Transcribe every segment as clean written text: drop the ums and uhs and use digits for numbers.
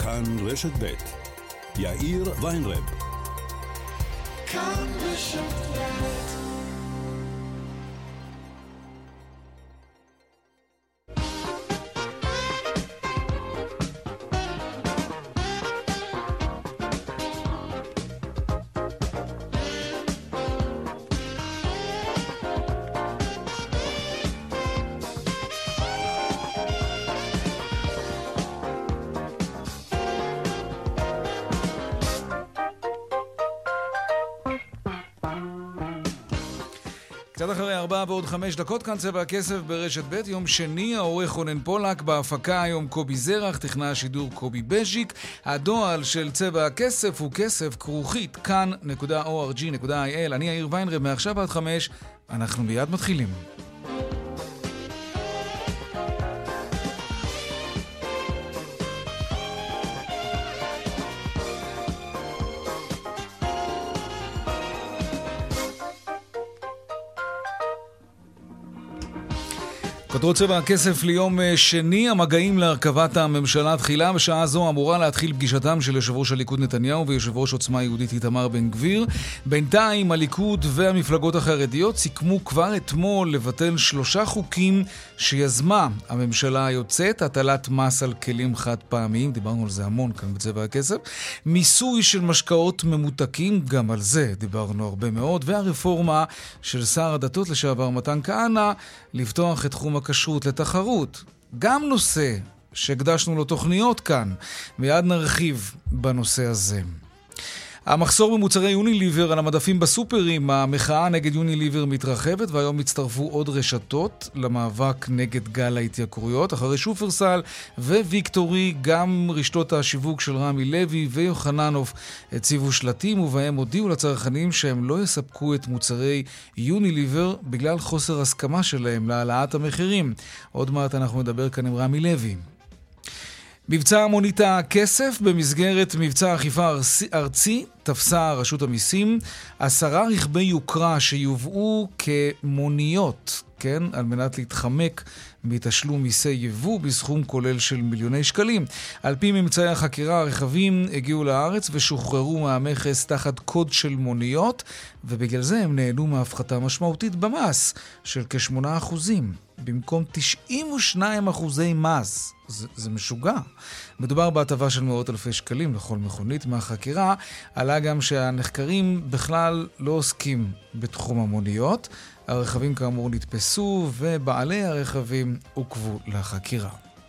כאן רשת ב' יאיר ויינרב. כאן רשת ב'. קצת אחרי 4:05 כאן צבע הכסף ברשת ב', יום שני, העורך רונן פולק, בהפקה היום קובי זרח, טכנאי השידור קובי בז'יק. הדואל של צבע הכסף הוא כסף כרוכית כאן.org.il. אני יאיר ויינרב, מעכשיו עד 5, אנחנו מיד מתחילים. כותרות צבע הכסף ליום שני, המגעים להרכבת הממשלה תחילה. בשעה זו אמורה להתחיל פגישתם של יושב ראש הליכוד נתניהו ויושב ראש עוצמה יהודית איתמר בן גביר. בינתיים הליכוד והמפלגות החרדיות סיכמו כבר אתמול לבטל 3 חוקים שיזמה הממשלה היוצאת: הטלת מס על כלים חד פעמיים, דיברנו על זה המון כאן בצבע הכסף, מיסוי של משקאות ממותקים, גם על זה דיברנו הרבה מאוד, והרפורמה של שר הדתות לשעבר מתן כהנא לפתוח את תחום הכשרות לתחרות. גם נושא שהקדשנו לו תוכניות כאן, מיד נרחיב בנושא הזה. המחסור במוצרי יוניליבר על המדפים בסופרים, המחאה נגד יוניליבר מתרחבת, והיום הצטרפו עוד רשתות למאבק נגד גל ההתייקרויות. אחרי שופרסל וויקטורי, גם רשתות השיווק של רמי לוי ויוחננוף הציבו שלטים, ובהם הודיעו לצרכנים שהם לא יספקו את מוצרי יוניליבר בגלל חוסר הסכמה שלהם להעלאת המחירים. עוד מעט אנחנו נדבר כאן עם רמי לוי. מבצע מונית הכסף, במסגרת מבצע אכיפה ארצי, תפסה רשות המיסים 10 רכבי יוקרה שיובאו כמוניות, כן, על מנת להתחמק מתשלום מיסי יבוא בסכום כולל של מיליוני שקלים. על פי ממצאי החקירה, הרכבים הגיעו לארץ ושוחררו מהמכס תחת קוד של מוניות, ובגלל זה הם נהנו מהפחתה משמעותית במס של כ8%. במקום 92% מס. זה משוגע. מדובר בהטבה של מאות אלפי שקלים לכל מכונית. מהחקירה עלה גם שהנחקרים בכלל לא עוסקים בתחום המוניות. הרכבים כאמור נתפסו ובעלי הרכבים עוכבו לחקירה.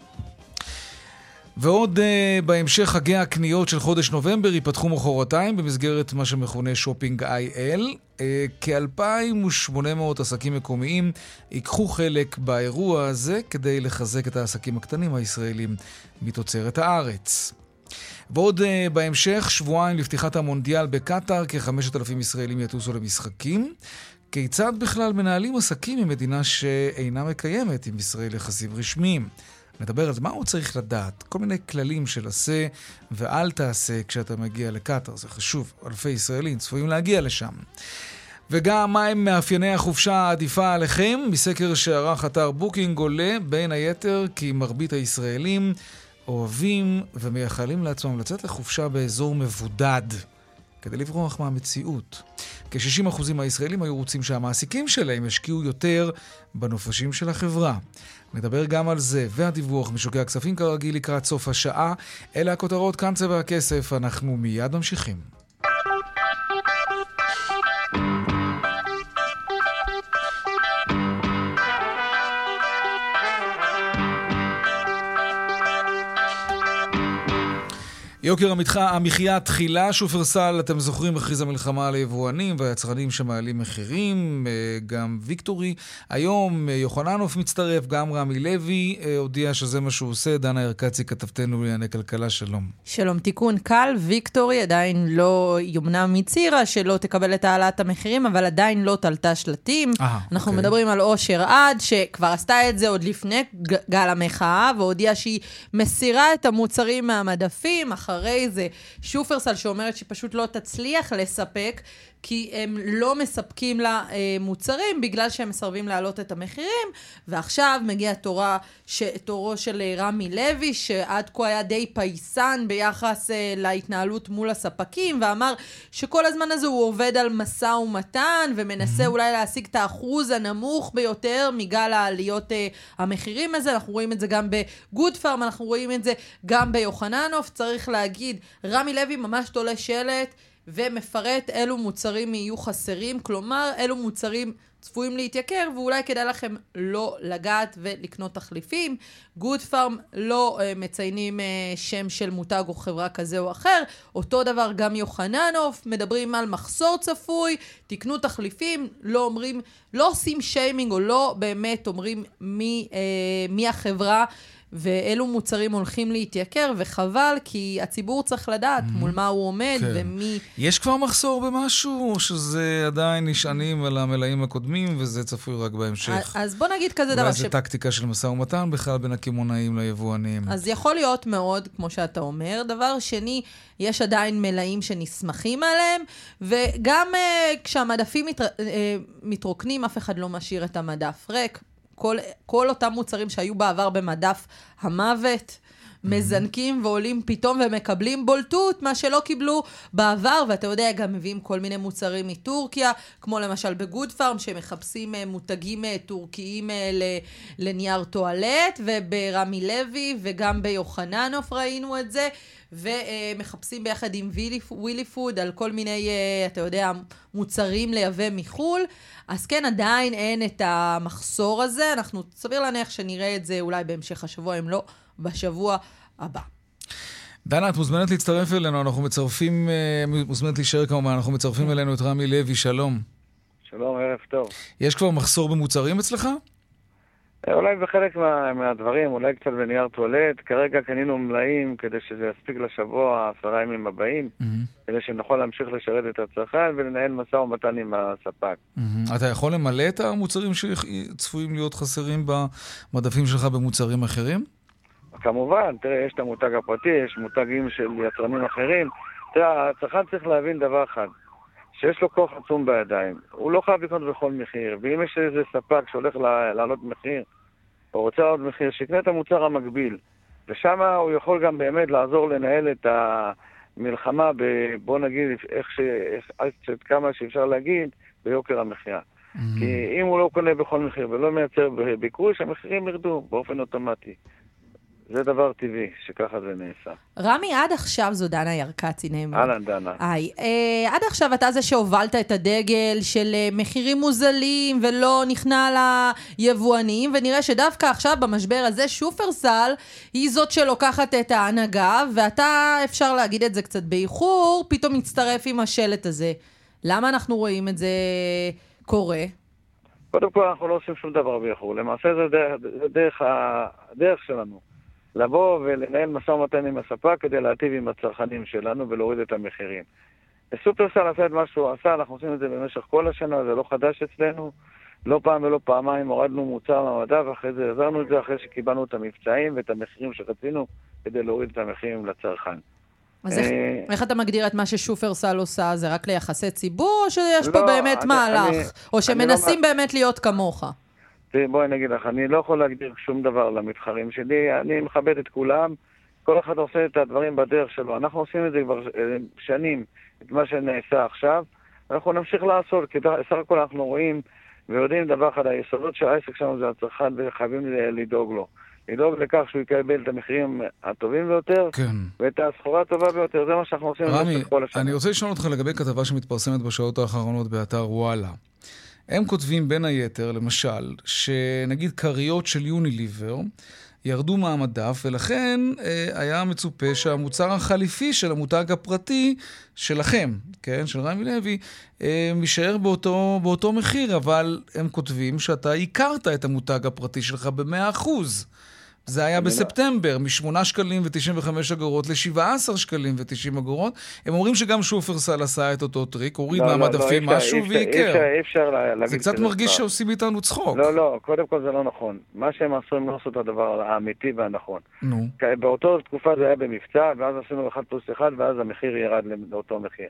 ועוד בהמשך, חגי הקניות של חודש נובמבר ייפתחו מחרתיים במסגרת מה שמכונה שופינג IL. כ-2,800 עסקים מקומיים ייקחו חלק באירוע הזה כדי לחזק את העסקים הקטנים הישראלים מתוצרת הארץ. ועוד בהמשך, שבועיים לפתיחת המונדיאל בקטר, כ-5,000 ישראלים יטוסו למשחקים. כיצד בכלל מנהלים עסקים ממדינה שאינה מקיימת עם ישראל יחסים רשמיים? נדבר על זה, מה הוא צריך לדעת? כל מיני כללים של עשה ואל תעשה כשאתה מגיע לקטר, זה חשוב, אלפי ישראלים צפויים להגיע לשם. וגם מה הם מאפייני החופשה העדיפה עליכם? מסקר שערך אתר בוקינג עולה בין היתר כי מרבית הישראלים אוהבים ומייחלים לעצמם לצאת לחופשה באזור מבודד, כדי לברוח מהמציאות. כ-60% מהישראלים היו רוצים שהמעסיקים שלהם ישקיעו יותר בנופשים של החברה. נדבר גם על זה, והדיווח משוקי הכספים כרגיל לקראת סוף השעה. אלה הכותרות, כאן צבע הכסף, אנחנו מיד ממשיכים. יוקר המחיה תחילה. שופרסל, אתם זוכרים, הכריז המלחמה על היבואנים והיצרנים שמעלים מחירים, גם ויקטורי. היום יוחננוף מצטרף, גם רמי לוי הודיע שזה מה שהוא עושה. דנה ירקצי, כתבתנו לענייני כלכלה, שלום. שלום, תיקון קל, ויקטורי עדיין לא יומנה מצירה שלא תקבל את העלאת המחירים, אבל עדיין לא תלתה שלטים. אנחנו מדברים על אושר עד, שכבר עשתה את זה עוד לפני גל המחאה, והודיעה שהיא מסירה את המוצרים מהמדפים. אחרי זה שופרסל שאומרת שפשוט לא תצליח לספק, כי הם לא מספקים לה מוצרים, בגלל שהם מסרבים להעלות את המחירים, ועכשיו מגיע תורו של רמי לוי, שעד כה היה די פייסן ביחס להתנהלות מול הספקים, ואמר שכל הזמן הזה הוא עובד על משא ומתן, ומנסה אולי להשיג את האחוז הנמוך ביותר מגל העליות המחירים הזה. אנחנו רואים את זה גם בגוד פארם, אנחנו רואים את זה גם ביוחננוף. צריך להגיד, רמי לוי ממש תולה שלט ומפרט אילו מוצרים יהיו חסרים, כלומר אילו מוצרים צפויים להתייקר, ואולי כדאי לכם לא לגעת ולקנות תחליפים. גוד פארם לא מציינים שם של מותג או חברה כזה או אחר. אותו דבר גם יוחננוף, מדברים על מחסור צפוי, תקנו תחליפים, לא עושים שיימינג או לא באמת אומרים מי החברה ואילו מוצרים הולכים להתייקר, וחבל, כי הציבור צריך לדעת מול מה הוא עומד ומי... יש כבר מחסור במשהו, או שזה עדיין נשענים על המלאים הקודמים, וזה צפוי רק בהמשך? אז בוא נגיד כזה דבר... אולי זה טקטיקה של משא ומתן בכלל בין הקמעונאים ליבואנים. אז יכול להיות מאוד, כמו שאתה אומר. דבר שני, יש עדיין מלאים שנסמכים עליהם, וגם כשהמדפים מתרוקנים, אף אחד לא משאיר את המדף ריק. כל אותם מוצרים שהיו בעבר במדף המוות, מזנקים ועולים פתאום ומקבלים בולטות, מה שלא קיבלו בעבר, ואתה יודע, גם מביאים כל מיני מוצרים מטורקיה, כמו למשל בגוד פארם, שמחפשים מותגים טורקיים לנייר טואלט, וברמי לוי, וגם ביוחננוף ראינו את זה, ומחפשים ביחד עם ווילי פוד על כל מיני, אתה יודע, מוצרים לייבא מחול. אז כן, עדיין אין את המחסור הזה. אנחנו סביר להניח שנראה את זה אולי בהמשך השבוע, אם לא בשבוע הבא. דנה, את מוזמנת להצטרף אלינו, אנחנו מוזמנת להישאר כמובן, אנחנו מצרפים אלינו את רמי לוי, שלום. שלום, ערב טוב. יש כבר מחסור במוצרים אצלך? אולי בחלק מהדברים, אולי קצת בנייר טואלט. כרגע קנינו מלאים כדי שזה יספיק לשבוע, 10 ימים הבאים, כדי שנוכל להמשיך לשרת את הצרכן ולנהל משא ומתן עם הספק. אתה יכול למלא את המוצרים שצפויים להיות חסרים במדפים שלך במוצרים אחרים? כמובן, תראה, יש את המותג הפרטי, יש מותגים של יצרנים אחרים. תראה, הצרכן צריך להבין דבר אחד, שיש לו כוח עצום בידיים. הוא לא חייב לקנות בכל מחיר, ואם יש איזה ספק שהולך לעלות מחיר, או רוצה לעלות מחיר, שיקנה את המוצר המקביל. ושם הוא יכול גם באמת לעזור לנהל את המלחמה, בוא נגיד, כמה שאפשר להגיד, ביוקר המחיה. כי אם הוא לא קונה בכל מחיר ולא מייצר ביקוש, המחירים ירדו באופן אוטומטי. זה דבר טבעי, שככה זה נעשה. רמי, עד עכשיו זו דנה ירקצי נאמן. אהלן, דנה. עד עכשיו אתה זה שהובלת את הדגל של מחירים מוזלים ולא נכנע ליבואנים, ונראה שדווקא עכשיו במשבר הזה שופרסל היא זאת שלוקחת את ההנהגה, ואתה, אפשר להגיד את זה קצת באיחור, פתאום מצטרף עם השלט הזה. למה אנחנו רואים את זה קורה? קודם כל אנחנו לא עושים שום דבר באיחור. למעשה זה דרך שלנו. לבוא ולנהל משא ומתן עם הספק כדי להטיב עם הצרכנים שלנו ולהוריד את המחירים. סופרסל עשה את מה שהוא עשה, אנחנו עושים את זה במשך כל השנה, זה לא חדש אצלנו. לא פעם ולא פעמיים הורדנו מוצר מהמדף, ואחרי זה עזרנו את זה אחרי שקיבלנו את המבצעים ואת המחירים שרצינו כדי להוריד את המחירים לצרכן. אז איך אתה מגדיר את מה ששופרסל עושה? זה רק ליחסי ציבור, או שיש פה באמת מהלך? או שמנסים באמת להיות כמוך? בואי נגיד לך, אני לא יכול להגדיר שום דבר למתחרים שלי, אני מכבד את כולם, כל אחד עושה את הדברים בדרך שלו, אנחנו עושים את זה כבר שנים, את מה שנעשה עכשיו, אנחנו נמשיך לעשות, כי סך הכל אנחנו רואים ויודעים דבר אחד, היסודות של העסק שלנו זה הצרכן וחייבים לדאוג לו. לדאוג לכך שהוא יקבל את המחירים הטובים ביותר, כן. ואת הסחורה הטובה ביותר, זה מה שאנחנו עושים. רמי, אני רוצה לשאול אותך לגבי כתבה שמתפרסמת בשעות האחרונות באתר וואלה. הם כותבים בין היתר, למשל, שנגיד קריות של יוניליבר ירדו מהמדף, ולכן היה מצופה שהמוצר החליפי של המותג הפרטי שלכם, כן, של רמי לוי, משאר באותו מחיר, אבל הם כותבים שאתה הכרת את המותג הפרטי שלך ב100%. זה היה בספטמבר, מ8 שקלים ו95 אגורות ל17 שקלים ו90 אגורות. הם אומרים שגם שופרסל עשה את אותו טריק, הוריד מהמדפים משהו ויקר. זה קצת מרגיש שעושים איתנו צחוק. לא, קודם כל זה לא נכון. מה שהם עשו, הם לא עשו את הדבר האמיתי והנכון. באותו תקופה זה היה במבצע, ואז עשינו 1+1, ואז המחיר ירד לאותו מחיר.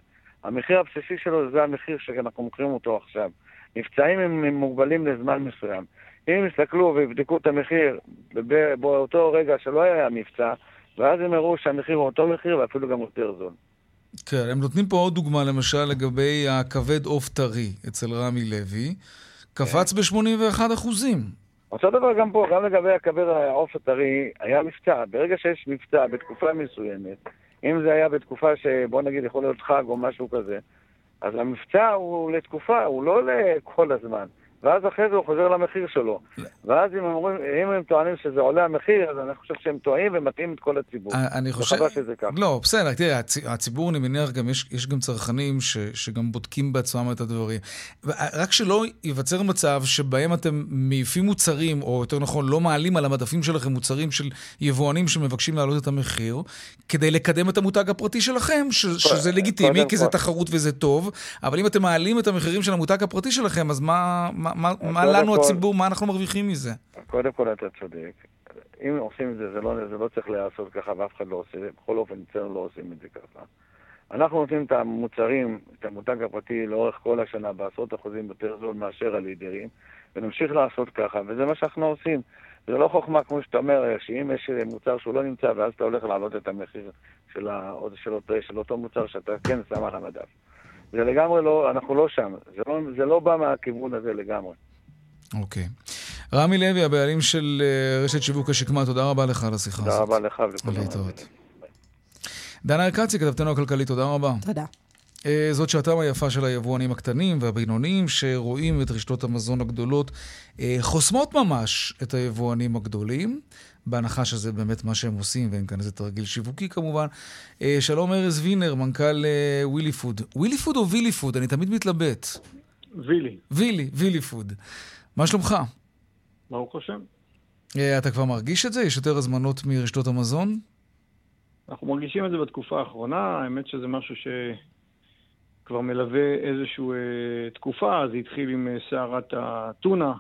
המחיר הבסיסי שלו זה המחיר שאנחנו מוכרים אותו עכשיו. מבצעים הם מוגבלים לזמן מסוים. אם יסתכלו ויבדקו את המחיר באותו רגע שלא היה מבצע, ואז הם יראו שהמחיר הוא אותו מחיר ואפילו גם יותר זול. כן, הם נותנים פה עוד דוגמה, למשל לגבי הכבד עוף טרי אצל רמי לוי, קפץ ב-81%. אותו דבר גם פה, גם לגבי הכבד העוף הטרי, היה מבצע. ברגע שיש מבצע בתקופה מסוימת, אם זה היה בתקופה שבוא נגיד יכול להיות חג או משהו כזה, אז המבצע הוא לתקופה, הוא לא לכל הזמן. ואז אחרי זה הוא חוזר למחיר שלו. ואז אם הם טוענים שזה עולה המחיר, אז אני חושב שהם טועים ומתאים את כל הציבור. אני חושב... שזה כך. לא, בסדר, תראה, הציבור, אני מניח, יש גם צרכנים שגם בודקים בעצמם את הדברים. רק שלא ייווצר מצב שבהם אתם מעיפים מוצרים, או יותר נכון, לא מעלים על המדפים שלכם מוצרים של יבואנים שמבקשים להעלות את המחיר, כדי לקדם את המותג הפרטי שלכם, שזה לגיטימי, כי זה תחרות וזה טוב, אבל אם אתם מעלים את המחירים של המותג הפרטי שלכם, אז מה לנו הציבור, מה אנחנו מרוויחים מזה? קודם כל אתה צודק. אם עושים את זה, זה לא צריך לעשות ככה, ואף אחד לא עושה, בכל אופן אצלנו לא עושים את זה ככה. אנחנו נותנים את המוצרים, את המותג הפרטי לאורך כל השנה, בעשרות אחוזים יותר זול מאשר הלידרים, ונמשיך לעשות ככה, וזה מה שאנחנו עושים. זה לא חוכמה, כמו שאתה אומר, שאם יש מוצר שהוא לא נמצא, ואז אתה הולך להעלות את המחיר של אותו מוצר שאתה כן שם על המדף. זה לגמרי לא, אנחנו לא שם. זה לא בא מהכיוון הזה לגמרי. אוקיי. רמי לוי, הבעלים של רשת שיווק השקמה, תודה רבה לך על השיחה הזאת. תודה רבה לך ולכל להתראות. דנה ארקצי, כתבתנו הכלכלית, תודה רבה. תודה. זאת שעתם היפה של היבואנים הקטנים והבינוניים שרואים את רשתות המזון הגדולות חוסמות ממש את היבואנים הגדולים, בהנחה שזה באמת מה שהם עושים, ואין כאן איזה תרגיל שיווקי כמובן. שלום ארז וינר, מנכ"ל ווילי פוד. ווילי פוד או וילי פוד? אני תמיד מתלבט. וילי פוד. מה שלומך? ברוך השם. אתה כבר מרגיש את זה? יש יותר הזמנות מרשתות המזון? אנחנו מרגישים את זה בתקופה האחרונה. האמת שזה משהו שכבר מלווה איזושהי תקופה. זה התחיל עם סערת הטונה,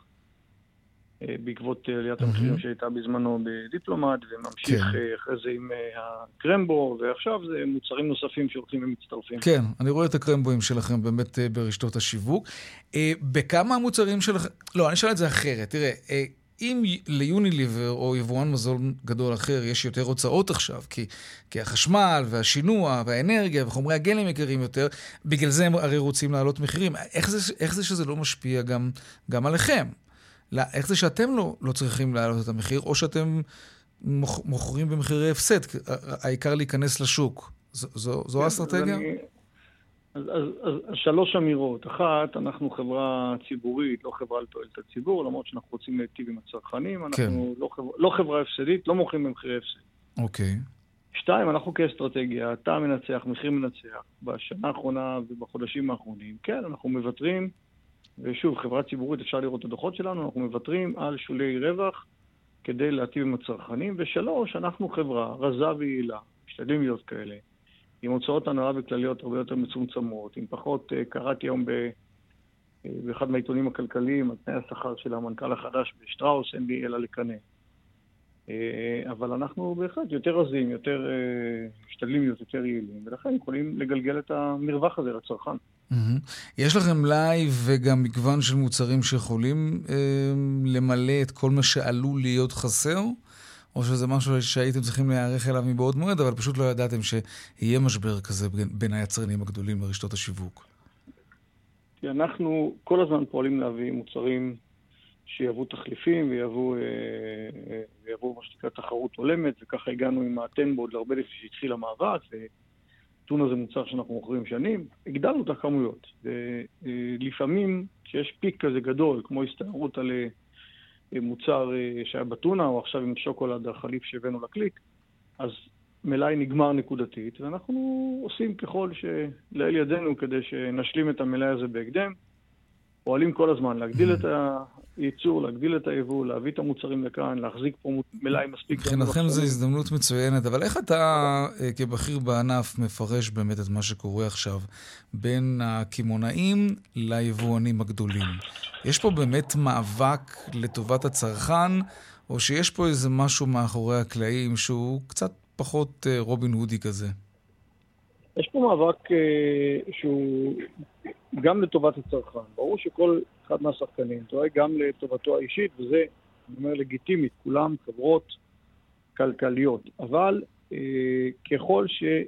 בעקבות עליית המחירים שהייתה בזמנו בדיפלומט, וממשיך אחרי זה עם הקרמבו, ועכשיו זה מוצרים נוספים שהולכים ומצטרפים. כן, אני רואה את הקרמבוים שלכם באמת ברשתות השיווק. בכמה המוצרים שלכם... לא, אני אשאל את זה אחרת. תראה, אם ליוניליבר או יבואן מזון גדול אחר יש יותר הוצאות עכשיו, כי החשמל והשינוע והאנרגיה וחומרי הגלם יקרים יותר, בגלל זה הם הרי רוצים להעלות מחירים. איך זה שזה לא משפיע גם עליכם? איך זה שאתם לא צריכים להעלות את המחיר, או שאתם מוכרים במחירי הפסד, העיקר להיכנס לשוק? זו האסטרטגיה? אז שלוש אמירות. אחת, אנחנו חברה ציבורית, לא חברה על תועלת הציבור, למרות שאנחנו רוצים להיטיב עם הצרכנים, אנחנו לא חברה הפסדית, לא מוכרים במחירי הפסד. אוקיי. שתיים, אנחנו כאסטרטגיה, אתה מנצח, מחיר מנצח, בשנה האחרונה ובחודשים האחרונים, כן, אנחנו מוותרים, ושוב, חברה ציבורית, אפשר לראות את הדוחות שלנו, אנחנו מוותרים על שולי רווח כדי להטיב עם הצרכנים. ושלוש, אנחנו חברה רזה ויעילה, משתדלים להיות כאלה, עם הוצאות הנהלה וכלליות הרבה יותר מצומצמות, עם פחות, קראתי היום באחד מהעיתונים הכלכליים, על תנאי השכר של המנכ"ל החדש בשטראוס, אין לי אלא לקנה. אבל אנחנו בהחלט יותר רזים, יותר משתדלים להיות יותר יעילים, ולכן יכולים לגלגל את המרווח הזה לצרכן. יש לכם מלאי וגם מגוון של מוצרים שיכולים למלא את כל מה שעלול להיות חסר? או שזה משהו שהייתם צריכים להיערך אליו מבעוד מועד, אבל פשוט לא ידעתם שיהיה משבר כזה בין היצרנים הגדולים לרשתות השיווק? אנחנו כל הזמן פועלים להביא מוצרים שיבואו תחליפים ויבואו מה שנקרא תחרות עולמת, וככה הגענו עם הטנבוד להרבה לפי שהתחיל המאבק, טונה זה מוצר שאנחנו מוכרים שנים, הגדלנו את הכמויות. ולפעמים כשיש פיק כזה גדול, כמו הסתערות על מוצר שהיה בטונה, או עכשיו עם שוקולד החליף שהבאנו לקליק, אז מלאי נגמר נקודתית, ואנחנו עושים ככל שלאל ידינו כדי שנשלים את המלאי הזה בהקדם, פועלים כל הזמן להגדיל את הייצור, להגדיל את היבוא, להביא את המוצרים לכאן, להחזיק פה מלאי מספיק. מבחינתכם זו הזדמנות מצוינת, אבל איך אתה כבכיר בענף מפרש באמת את מה שקורה עכשיו בין הקמעונאים ליבואנים הגדולים? יש פה באמת מאבק לטובת הצרכן, או שיש פה איזה משהו מאחורי הקלעים שהוא קצת פחות רובין הודי כזה? יש פה מאבק שהוא גם לטובת הצרכן. ברור שכל אחד מהשחקנים טועה גם לטובתו האישית, וזה, אני אומר, לגיטימית, כולם חברות כלכליות. אבל ככל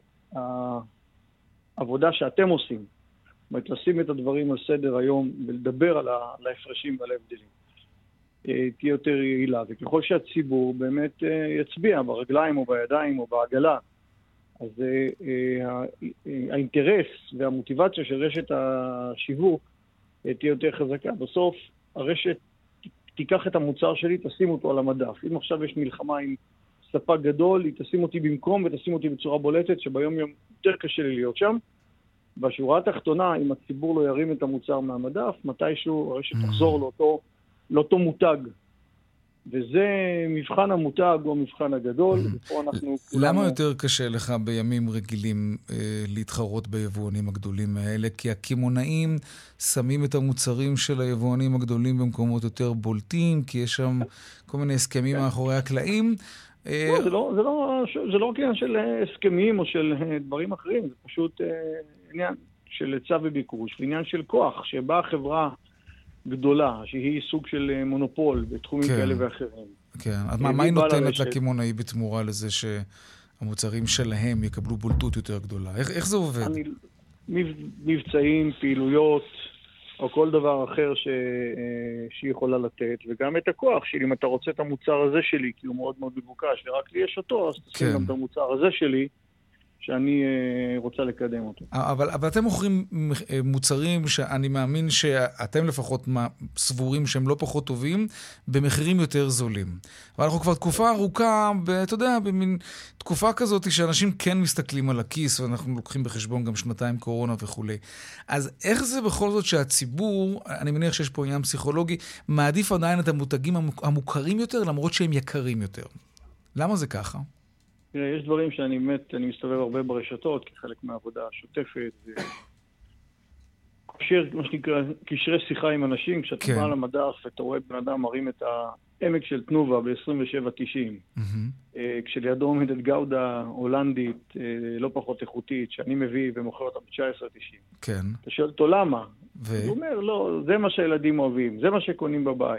שהעבודה שאתם עושים, לשים את הדברים על סדר היום ולדבר על ההפרשים ועל ההבדלים, תהיה יותר יעילה. וככל שהציבור באמת יצביע ברגליים או בידיים או בעגלה, אז האינטרס והמוטיבציה של רשת השיווק תהיה יותר חזקה. בסוף הרשת תיקח את המוצר שלי, תשים אותו על המדף. אם עכשיו יש מלחמה עם ספק גדול, היא תשים אותי במקום ותשים אותי בצורה בולטת, שביום יום יותר קשה לי להיות שם. בשורה התחתונה, אם הציבור לא ירים את המוצר מהמדף, מתישהו הרשת תחזור לאותו מותג. וזה מבחן המותג או המבחן הגדול. למה יותר קשה לך בימים רגילים להתחרות ביבואנים הגדולים האלה? כי הקמעונאים שמים את המוצרים של היבואנים הגדולים במקומות יותר בולטים, כי יש שם כל מיני הסכמים מאחורי הקלעים. זה לא רק עניין של הסכמים או של דברים אחרים, זה פשוט עניין של היצע וביקוש, ועניין של כוח, שבאה חברה גדולה, שהיא סוג של מונופול בתחומים כאלה ואחרים. כן, אז מה היא נותנת לקמעונאי בתמורה לזה שהמוצרים שלהם יקבלו בולטות יותר גדולה? איך זה עובד? מבצעים, פעילויות, או כל דבר אחר שהיא יכולה לתת, וגם את הכוח שלי, אם אתה רוצה את המוצר הזה שלי, כי הוא מאוד מאוד מבוקש, ורק לי יש אותו, אז תשים גם את המוצר הזה שלי, שאני רוצה לקדם אותו. אבל אתם מוכרים מוצרים שאני מאמין שאתם לפחות סבורים שהם לא פחות טובים, במחירים יותר זולים. אבל אנחנו כבר תקופה ארוכה, אתה יודע, במין תקופה כזאת שאנשים כן מסתכלים על הכיס, ואנחנו לוקחים בחשבון גם שנתיים קורונה וכו'. אז איך זה בכל זאת שהציבור, אני מניח שיש פה עניין פסיכולוגי, מעדיף עדיין את המותגים המוכרים יותר, למרות שהם יקרים יותר? למה זה ככה? יש דברים שאני מסתובב הרבה ברשתות, כחלק מהעבודה השוטפת, מה שנקרא, קשרי שיחה עם אנשים, כשאתה בא למדף ואתה רואה בן אדם מרים את העמק של תנובה ב-27.90, כשלידו עומדת גאודה הולנדית לא פחות איכותית, שאני מביא ומוכר אותה ב-19.90. כן. אתה שואל אותו למה? הוא אומר, לא, זה מה שהילדים אוהבים, זה מה שקונים בבית,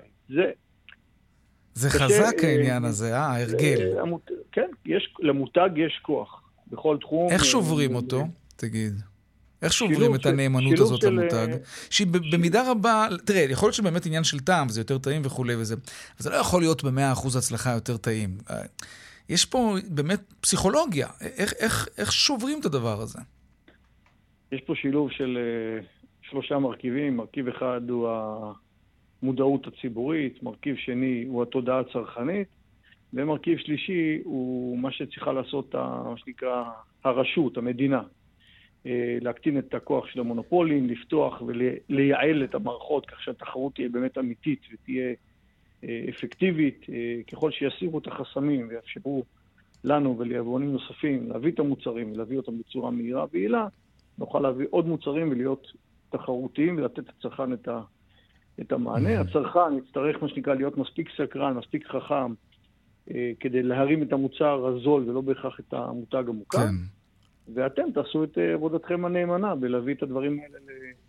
זה חזק העניין הזה, הרגל. כן, למותג יש כוח, בכל תחום. איך שוברים אותו, תגיד? איך שוברים את הנאמנות הזאת למותג? שהיא במידה רבה, תראה, יכול להיות שבאמת עניין של טעם, זה יותר טעים וכו' וזה, אבל זה לא יכול להיות ב100% הצלחה יותר טעים. יש פה באמת פסיכולוגיה. איך שוברים את הדבר הזה? יש פה שילוב של 3 מרכיבים. מרכיב אחד הוא המודעות הציבורית, מרכיב שני הוא התודעה הצרכנית, ומרכיב שלישי הוא מה שצריכה לעשות, מה שנקרא, הרשות, המדינה. להקטין את הכוח של המונופולים, לפתוח ולייעל את המערכות, כך שהתחרות תהיה באמת אמיתית ותהיה אפקטיבית. ככל שיסירו את החסמים ויאפשרו לנו וליבואנים נוספים להביא את המוצרים ולהביא אותם בצורה מהירה ויעילה, נוכל להביא עוד מוצרים ולהיות תחרותיים ולתת לצרכן את המענה. הצרכן יצטרך, מה שנקרא, להיות מספיק סקרן, מספיק חכם, כדי להרים את המוצר הזול ולא בהכרח את המותג המוכר. כן. ואתם תעשו את עבודתכם הנאמנה בלהביא את הדברים האלה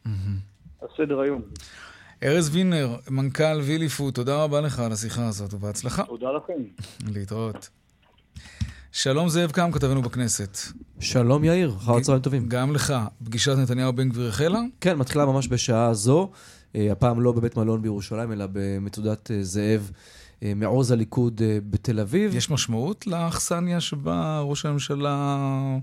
לסדר היום. ארז וינר, מנכ"ל ויליפוד, תודה רבה לך על השיחה הזאת ובהצלחה. תודה לכם. להתראות. שלום זאב קם, כתבנו בכנסת. שלום יאיר, אחר צהריים טובים. גם לך. פגישת נתניהו בן גביר החלה? כן, מתחילה ממש בשעה זו. הפעם לא בבית מלון בירושלים, אלא במצודת זאב מעוז הליכוד בתל אביב. יש משמעות לאכסניה שבה ראש הממשלה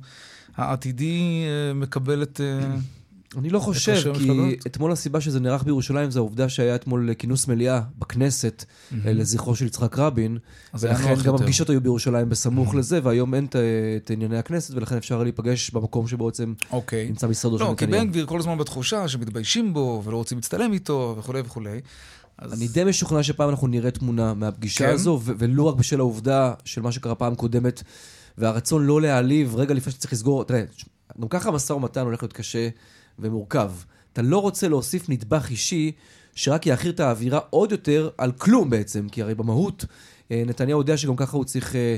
העתידי מקבל את... אני לא חושב, כי אתמול הסיבה שזה נערך בירושלים זה העובדה שהיה אתמול כינוס מליאה בכנסת לזכרו של יצחק רבין, ולכן גם הפגישות היו בירושלים בסמוך לזה, והיום אין את ענייני הכנסת, ולכן אפשר להיפגש במקום שבו בעצם נמצא משרדו של נתניהו. לא, כי בן גביר כל הזמן בתחושה שמתביישים בו, ולא רוצים להצטלם איתו, וכו' וכו'. אני די משוכנע שפעם אנחנו נראה תמונה מהפגישה הזו, ולא רק בשל העובדה של מה שקרה פעם קודמת, והרצון לא להעליב רגע לפני שצריך לסגור. תראה, גם ככה המשא ומתן הולך להיות קשה ומורכב. אתה לא רוצה להוסיף נדבך אישי שרק יאחיר את האווירה עוד יותר על כלום בעצם, כי הרי במהות נתניהו יודע שגם ככה הוא צריך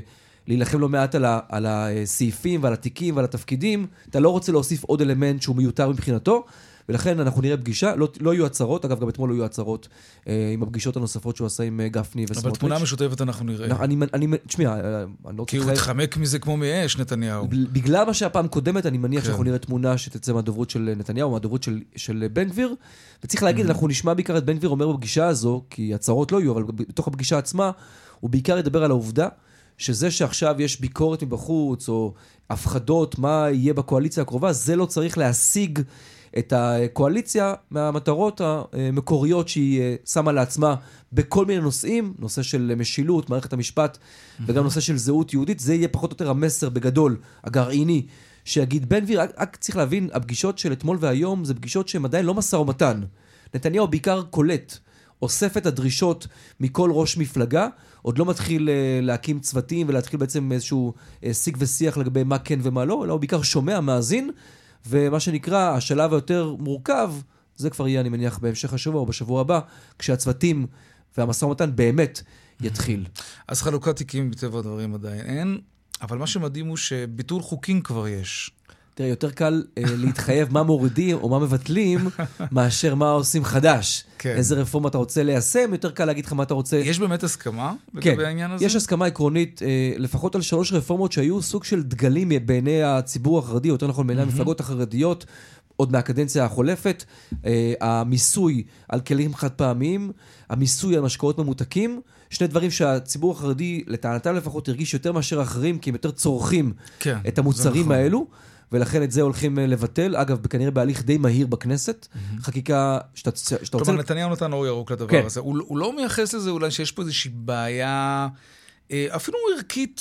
להילחם לא מעט על הסעיפים ועל התיקים ועל התפקידים, אתה לא רוצה להוסיף עוד אלמנט שהוא מיותר מבחינתו, ולכן אנחנו נראה פגישה, לא יהיו הצהרות, אגב גם אתמול לא יהיו הצהרות עם הפגישות הנוספות שהוא עשה עם גפני וסמוטריץ'. אבל תמונה משותפת אנחנו נראה. תשמע, כי הוא התחמק מזה כמו מאש, נתניהו. בגלל מה שהפעם קודמת, אני מניח שאנחנו נראה תמונה שתצא מהדוברות של נתניהו, מהדוברות של בן גביר, וצריך להגיד, אנחנו נשמע בעיקר את בן גביר אומר בפגישה הזו, כי הצהרות לא יהיו, אבל בתוך הפגישה עצמה, הוא בעיקר ידבר על העובדה, שזה שעכשיו יש ביקורת מבחוץ, או הפחדות מה יהיה בקואליציה הקרובה, זה לא צריך להשיג את הקואליציה מהמטרות המקוריות שהיא שמה לעצמה בכל מיני נושאים, נושא של משילות, מערכת המשפט, וגם נושא של זהות יהודית, זה יהיה פחות או יותר המסר בגדול, הגרעיני, שיגיד בן גביר, רק צריך להבין, הפגישות של אתמול והיום, זה פגישות שהן עדיין לא משא ומתן. נתניהו בעיקר קולט, אוסף את הדרישות מכל ראש מפלגה, עוד לא מתחיל להקים צוותים ולהתחיל בעצם איזשהו שיג ושיח לגבי מה כן ומה לא, אלא הוא בעיקר שומע, מאזין, ומה שנקרא, השלב היותר מורכב, זה כבר יהיה, אני מניח, בהמשך השבוע או בשבוע הבא, כשהצוותים והמשא ומתן באמת יתחיל. אז חלוקת תיקים בטבע הדברים עדיין אין, אבל מה שמדהים הוא שביטול חוקים כבר יש. תראה, יותר קל להתחייב מה מורידים או מה מבטלים, מאשר מה עושים חדש. איזה רפורמה אתה רוצה ליישם, יותר קל להגיד לך מה אתה רוצה. יש באמת הסכמה לגבי העניין הזה? יש הסכמה עקרונית, לפחות על 3 רפורמות שהיו סוג של דגלים בעיני הציבור החרדי, יותר נכון בעיני המפלגות החרדיות, עוד מהקדנציה החולפת, המיסוי על כלים חד פעמיים, המיסוי על משקאות ממותקים, 2 דברים שהציבור החרדי, לטענתם לפחות, הרגיש יותר מאשר אחרים, כי הם יותר צורכים את המוצרים האלו, ולכן את זה הולכים לבטל, אגב, כנראה בהליך די מהיר בכנסת, חקיקה שאתה רוצה... כלומר, נתניהו נתן אור ירוק לדבר הזה. הוא לא מייחס לזה אולי שיש פה איזושהי בעיה, אפילו ערכית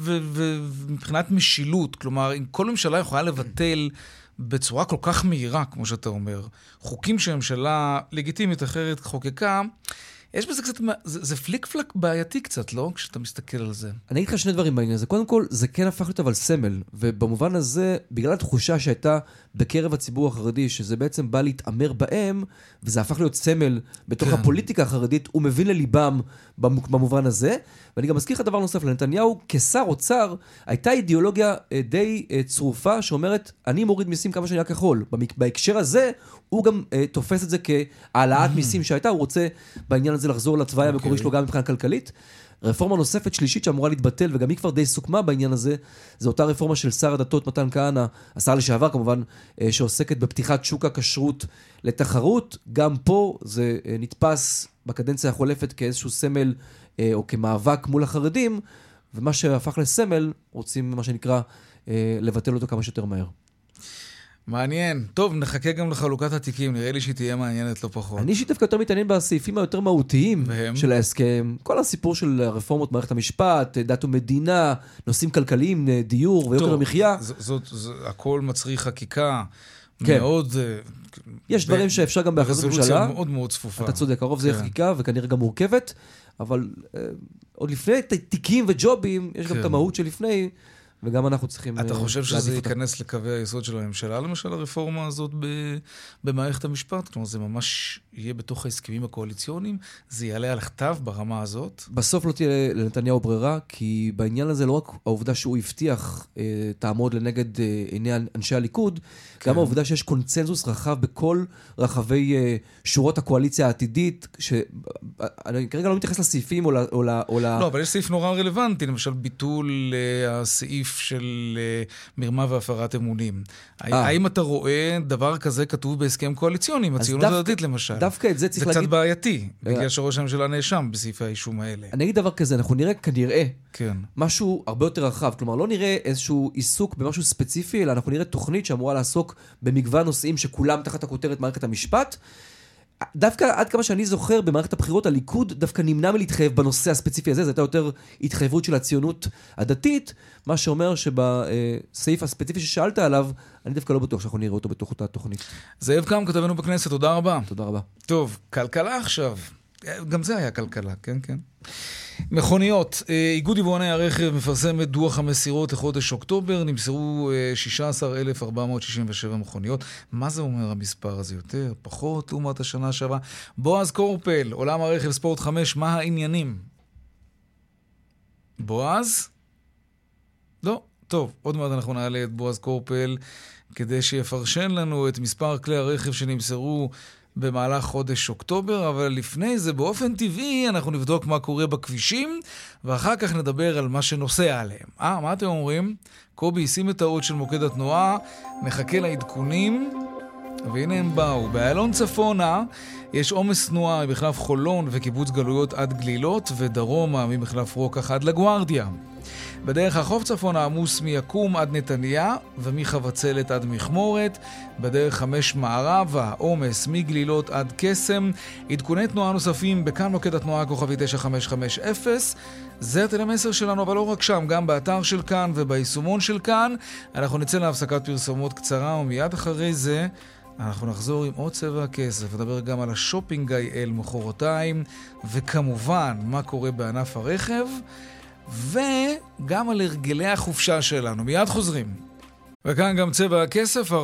ומבחינת משילות, כלומר, אם כל ממשלה יכולה לבטל בצורה כל כך מהירה, כמו שאתה אומר, חוקים שהממשלה לגיטימית אחרת חוקקה, יש בזה קצת, זה פליק פלק בעייתי קצת, לא? כשאתה מסתכל על זה. אני אגיד לך 2 דברים בעניין הזה. קודם כל, זה כן הפך להיות אבל סמל, ובמובן הזה, בגלל התחושה שהייתה בקרב הציבור החרדי, שזה בעצם בא להתאמר בהם, וזה הפך להיות סמל בתוך הפוליטיקה החרדית, הוא מבין לליבם במובן הזה. ואני גם מזכיר לך דבר נוסף, לנתניהו, כשר אוצר, הייתה אידיאולוגיה די צרופה, שאומרת, אני מוריד מיסים כמה שאני רק יכול. בהקשר הזה, הוא גם תופס את זה כהעלאת מיסים שהייתה, הוא רוצה בעניין הזה לחזור לתוואי המקורי שלו גם מבחינה כלכלית. רפורמה נוספת שלישית שאמורה להתבטל, וגם היא כבר די סוכמה בעניין הזה, זה אותה רפורמה של שר הדתות מתן כהנא, השר לשעבר כמובן, שעוסקת בפתיחת שוק הכשרות לתחרות. גם פה זה נתפס בקדנציה החולפת כאיזשהו סמל, או כמאבק מול החרדים, ומה שהפך לסמל, רוצים מה שנקרא לבטל אותו כמה שיותר מהר. מעניין. טוב, נחכה גם לחלוקת התיקים, נראה לי שהיא תהיה מעניינת לא פחות. אני אישית דווקא יותר מתעניין בסעיפים היותר מהותיים של ההסכם. כל הסיפור של הרפורמות, מערכת המשפט, דת ומדינה, נושאים כלכליים, דיור ויוקר המחיה. הכל מצריך חקיקה מאוד... יש דברים שאפשר גם בהחלטות ממשלה. ברזולוציה מאוד מאוד צפופה. אתה צודק, הרוב זה חקיקה וכנראה גם מורכבת, אבל עוד לפני תיקים וג'ובים, יש גם את המהות שלפני... וגם אנחנו צריכים... אתה חושב שזה ייכנס לקווי היסוד של הממשלה, למשל הרפורמה הזאת במערכת המשפט? כלומר, זה ממש יהיה בתוך ההסכמים הקואליציוניים? זה יעלה על הכתב ברמה הזאת? בסוף לא תהיה לנתניהו ברירה, כי בעניין הזה לא רק העובדה שהוא הבטיח תעמוד לנגד עיני אנשי הליכוד, גם העובדה שיש קונצנזוס רחב בכל רחבי שורות הקואליציה העתידית, אני כרגע לא מתייחס לסעיפים או לא, אבל יש סעיף נורא רלוונטי, למשל ביטול הסעיף של מרמה והפרת אמונים. האם אתה רואה דבר כזה כתוב בהסכם קואליציוני, עם הציונות הדתית למשל? דווקא את זה צריך להגיד... זה קצת בעייתי, בגלל שראש הממשלה נאשם בסעיפי האישום האלה. אני אגיד דבר כזה, אנחנו נראה כנראה משהו הרבה יותר רחב, כלומר לא נראה איזשהו עיסוק במשהו ספציפי, אלא אנחנו נראה תוכנית שאמורה לעסוק במגוון נושאים שכולם תחת הכותרת מערכת המשפט. דווקא עד כמה שאני זוכר במערכת הבחירות, הליכוד דווקא נמנע מלהתחייב בנושא הספציפי הזה, זו הייתה יותר התחייבות של הציונות הדתית, מה שאומר שבסעיף הספציפי ששאלת עליו, אני דווקא לא בטוח שאנחנו נראה אותו בתוך אותה תוכנית. זאב קם, כתבנו בכנסת, תודה רבה. תודה רבה. טוב, כלכלה עכשיו. גם זה היה כלכלה, כן, כן. מכוניות, איגוד יבואני הרכב מפרסם את דוח המסירות לחודש אוקטובר, נמסרו 16,467 מכוניות. מה זה אומר המספר הזה? יותר, פחות, לעומת השנה שעברה? בועז קורפל, עולם הרכב ספורט 5, מה העניינים? בועז? לא, טוב, עוד מעט אנחנו נעלה את בועז קורפל, כדי שיפרשן לנו את מספר כלי הרכב שנמסרו במהלך חודש אוקטובר, אבל לפני זה באופן טבעי אנחנו נבדוק מה קורה בכבישים, ואחר כך נדבר על מה שנוסע עליהם. מה אתם אומרים? קובי, שים את האות של מוקד התנועה, נחכה לעדכונים, והנה הם באו. באיילון צפונה יש עומס תנועה ממחלף חולון וקיבוץ גלויות עד גלילות, ודרומה ממחלף רוקח עד לגוארדיה. בדרך החוף צפונה עמוס מיקום עד נתניה ומחבצלת עד מכמורת. בדרך 5 מערבה עומס מגלילות עד קסם. עדכוני תנועה נוספים בכאן מוקד התנועה כוכבי 9550. זה הטלמסר שלנו, אבל לא רק שם, גם באתר של כאן וביישומון של כאן. אנחנו נצא להפסקת פרסומות קצרה, ומיד אחרי זה אנחנו נחזור עם עוד צבע הכסף, נדבר גם על השופינג אל מחרתיים, וכמובן מה קורה בענף הרכב, וגם על הרגלי החופשה שלנו. מיד חוזרים. וכאן גם צבע הכסף,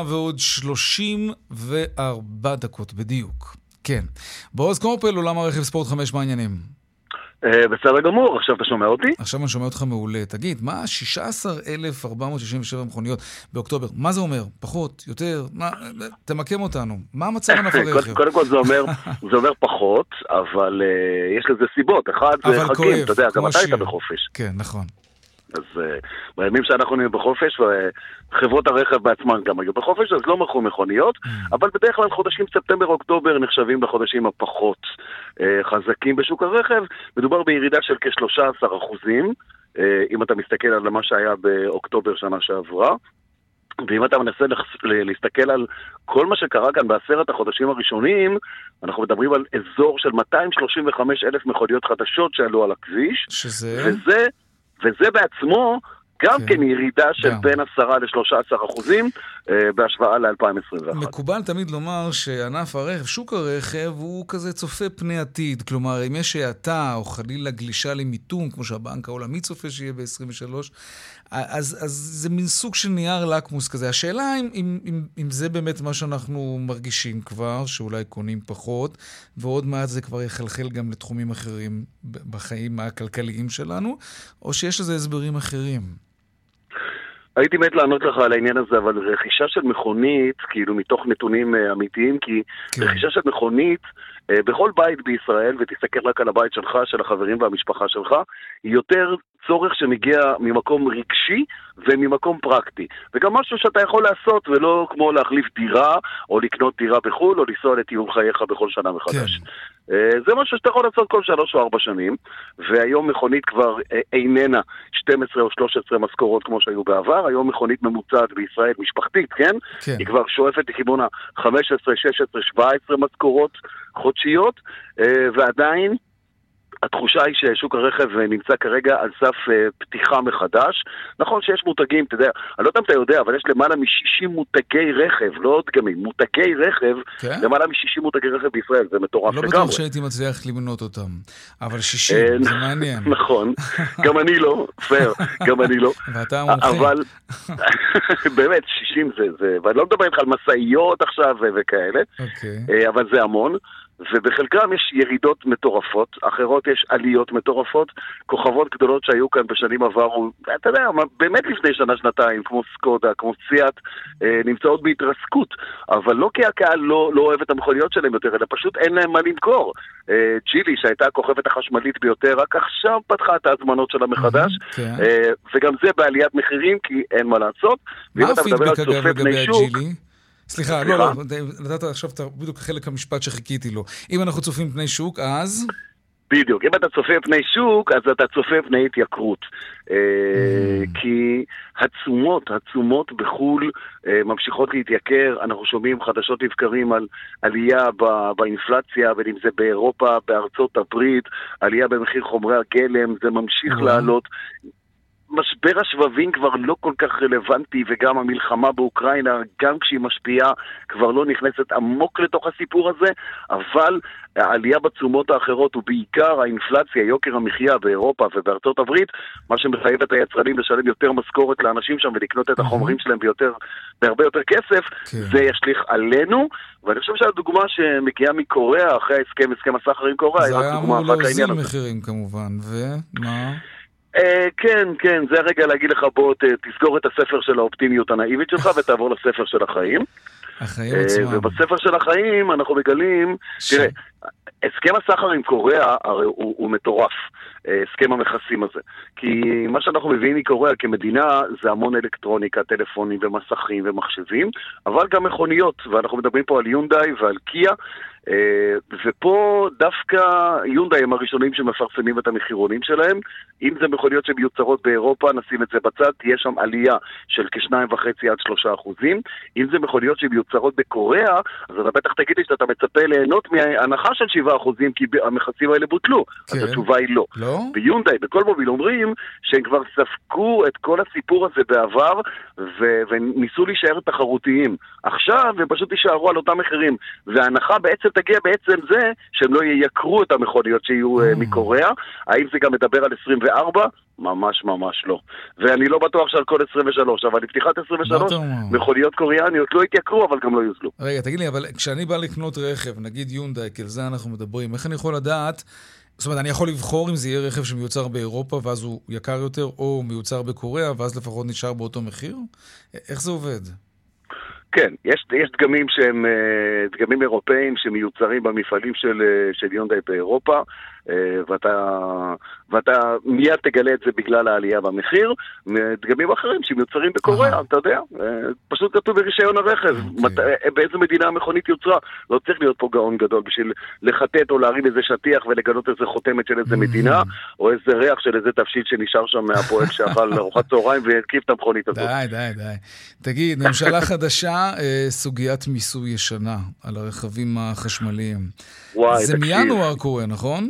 4:34 בדיוק. כן. בועז קורפל, עולם הרכב ספורט 5, מה העניינים? בסדר גמור, עכשיו אתה שומע אותי? עכשיו אני שומע אותך מעולה. תגיד, מה 16,467 מכוניות באוקטובר? מה זה אומר? פחות? יותר? תמקם אותנו. מה המצב ענף הרכב? קודם כל זה אומר פחות, אבל יש לזה סיבות. אחד זה חגים, אתה יודע, גם אתה היית בחופש. כן, נכון. אז בימים שאנחנו נהיה בחופש, וחברות הרכב בעצמן גם היו בחופש, אז לא מכרו מכוניות, אבל בדרך כלל חודשים ספטמבר-אוקטובר נחשבים לחודשים הפחות חזקים בשוק הרכב. מדובר בירידה של כ-13%, אם אתה מסתכל על מה שהיה באוקטוber שנה שעברה, ואם אתה מנסה להסתכל על כל מה שקרה כאן ב10 החודשים הראשונים, אנחנו מדברים על אזור של 235,000 מכוניות חדשות שעלו על הכביש, וזה בעצמו גם כן ירידה של בין 10-13% בהשוואה ל-2021. מקובל תמיד לומר שענף הרכב, שוק הרכב, הוא כזה צופה פני עתיד. כלומר, אם יש האטה או חלילה גלישה למיתון, כמו שהבנק העולמי צופה שיהיה ב-23, אז זה מין סוג של נייר לקמוס כזה. השאלה אם זה באמת מה שאנחנו מרגישים כבר, שאולי קונים פחות, ועוד מעט זה כבר יחלחל גם לתחומים אחרים בחיים הכלכליים שלנו, או שיש לזה הסברים אחרים. הייתי מת לענות לך על העניין הזה, אבל רכישה של מכונית, כאילו מתוך נתונים אמיתיים, כי רכישה של מכונית בכל בית בישראל, ותסתכל רק על הבית שלך, של החברים והמשפחה שלך, היא יותר צורך שמגיע ממקום רגשי וממקום פרקטי. וגם משהו שאתה יכול לעשות, ולא כמו להחליף דירה, או לקנות דירה בחול, או לנסוע לטיול חייך בכל שנה מחדש. זה משהו שאתה יכול לעשות כל 3 או 4 שנים, והיום מכונית כבר איננה 12 או 13 משכורות כמו שהיו בעבר. היום מכונית ממוצעת בישראל משפחתית, כן? היא כבר שואפת לכיוון 15, 16, 17 משכורות חודשיות, ועדיין התחושה היא ששוק הרכב נמצא כרגע על סף פתיחה מחדש. נכון שיש מותגים, אתה יודע, אני לא יודע אם אתה יודע, אבל יש למעלה מ-60 מותגי רכב, לא דגמים, מותגי רכב, למעלה מ-60 מותגי רכב בישראל, זה מטורף לגמרי. לא בטוח שהייתי מצליח למנות אותם, אבל 60, זה מעניין. נכון, גם אני לא, פייר, גם אני לא. ואתה מומחה. אבל באמת, 60 זה, ואני לא מדבר איתך על מסעיות עכשיו וכאלה, אבל זה המון. ובחלקם יש ירידות מטורפות, אחרות יש עליות מטורפות, כוכבות גדולות שהיו כאן בשנים עברו, אתה יודע, באמת לפני שנה-שנתיים, כמו סקודה, כמו סיאט, נמצאות בהתרסקות, אבל לא כי הקהל לא אוהב את המכוניות שלהם יותר, אלא פשוט אין להם מה למכור. ג'ילי, שהייתה הכוכבת החשמלית ביותר, רק עכשיו פתחה את ההזמנות שלה מחדש, וגם זה בעליית מחירים, כי אין מה לעשות. מה הפידבק אגב לגבי הג'ילי? סליחה, לא, נתת עכשיו בדיוק חלק המשפט שחיכיתי לו. אם אנחנו צופים פני שוק, אז? בדיוק, אם אתה צופה פני שוק, אז אתה צופה פני התייקרות. כי התשומות בחול ממשיכות להתייקר, אנחנו שומעים חדשות לבקרים על עלייה באינפלציה, בין אם זה באירופה, בארצות הברית, עלייה במחיר חומרי הגלם, זה ממשיך לעלות. משבר השבבים כבר לא כל כך רלוונטי, וגם המלחמה באוקראינה, גם כשהיא משפיעה, כבר לא נכנסת עמוק לתוך הסיפור הזה, אבל העלייה בתשומות האחרות, ובעיקר האינפלציה, יוקר המחיה באירופה ובארצות הברית, מה שמחייב את היצרנים לשלם יותר משכורת לאנשים שם, ולקנות את החומרים שלהם בהרבה יותר כסף, זה ישליך עלינו, ואני חושב שהדוגמה שמגיעה מקוריאה, אחרי הסכם הסחר עם קוריאה, זה היה אמור להוזיל מחירים כמובן, ומה? כן, זה הרגע להגיד לך, בוא תסגור את הספר של האופטימיות הנאיבית שלך ותעבור לספר של החיים. החיים עצמם. ובספר של החיים אנחנו מגלים, תראה, הסכם הסחר עם קוריאה הרי הוא מטורף, הסכם המכסים הזה. כי מה שאנחנו מביאים מקוריאה כמדינה זה המון אלקטרוניקה, טלפונים ומסכים ומחשבים, אבל גם מכוניות, ואנחנו מדברים פה על יונדאי ועל קיה, ופה דווקא יונדאי הם הראשונים שמפרסמים את המחירונים שלהם. אם זה מכוניות שמיוצרות באירופה, נשים את זה בצד, תהיה שם עלייה של כ2.5-3%. אם זה מכוניות שמיוצרות בקוריאה, אז אתה בטח תגיד לי שאתה מצפה ליהנות מהנחה של 7%, כי המכסים האלה בוטלו. כן. אז התשובה היא לא. לא? ביונדאי, בכל מוביל אומרים שהם כבר ספקו את כל הסיפור הזה בעבר, וניסו להישאר תחרותיים. עכשיו הם פשוט יישארו על אותם מחירים. וההנחה בעצם תגיע בעצם זה שהם לא יייקרו את המכוניות שיהיו מקוריאה. האם זה גם מדבר על 24? ממש לא. ואני לא בטוח שעל כל 23, אבל לפתיחת 23, מכוניות קוריאניות לא התייקרו, אבל גם לא יוזלו. רגע, תגיד לי, אבל כשאני בא לקנות רכב, נגיד יונדאי, כי על זה אנחנו מדברים, איך אני יכול לדעת, זאת אומרת, אני יכול לבחור אם זה יהיה רכב שמיוצר באירופה, ואז הוא יקר יותר, או מיוצר בקוריאה, ואז לפחות נשאר באותו מחיר? איך זה עובד? כן, יש דגמים שהם דגמים אירופאים שמיוצרים במפעלים של יונדאי באירופה, ואתה מיד תגלה את זה בגלל העלייה במחיר. דגמים אחרים שמיוצרים בקוריאה, אתה יודע, פשוט כתוב ברישיון הרכב, באיזה מדינה המכונית יוצרה. לא צריך להיות פה גאון גדול בשביל לחטט או להרים איזה שטיח ולגלות איזה חותמת של איזה מדינה, או איזה ריח של איזה תפשיט שנשאר שם מהפועל שאכל ארוחת צהריים והרכיב את המכונית הזאת. די. תגיד, ממשלה חדשה, סוגיית מיסוי ישנה על הרכבים החשמליים. זה מינואר קורה, נכון?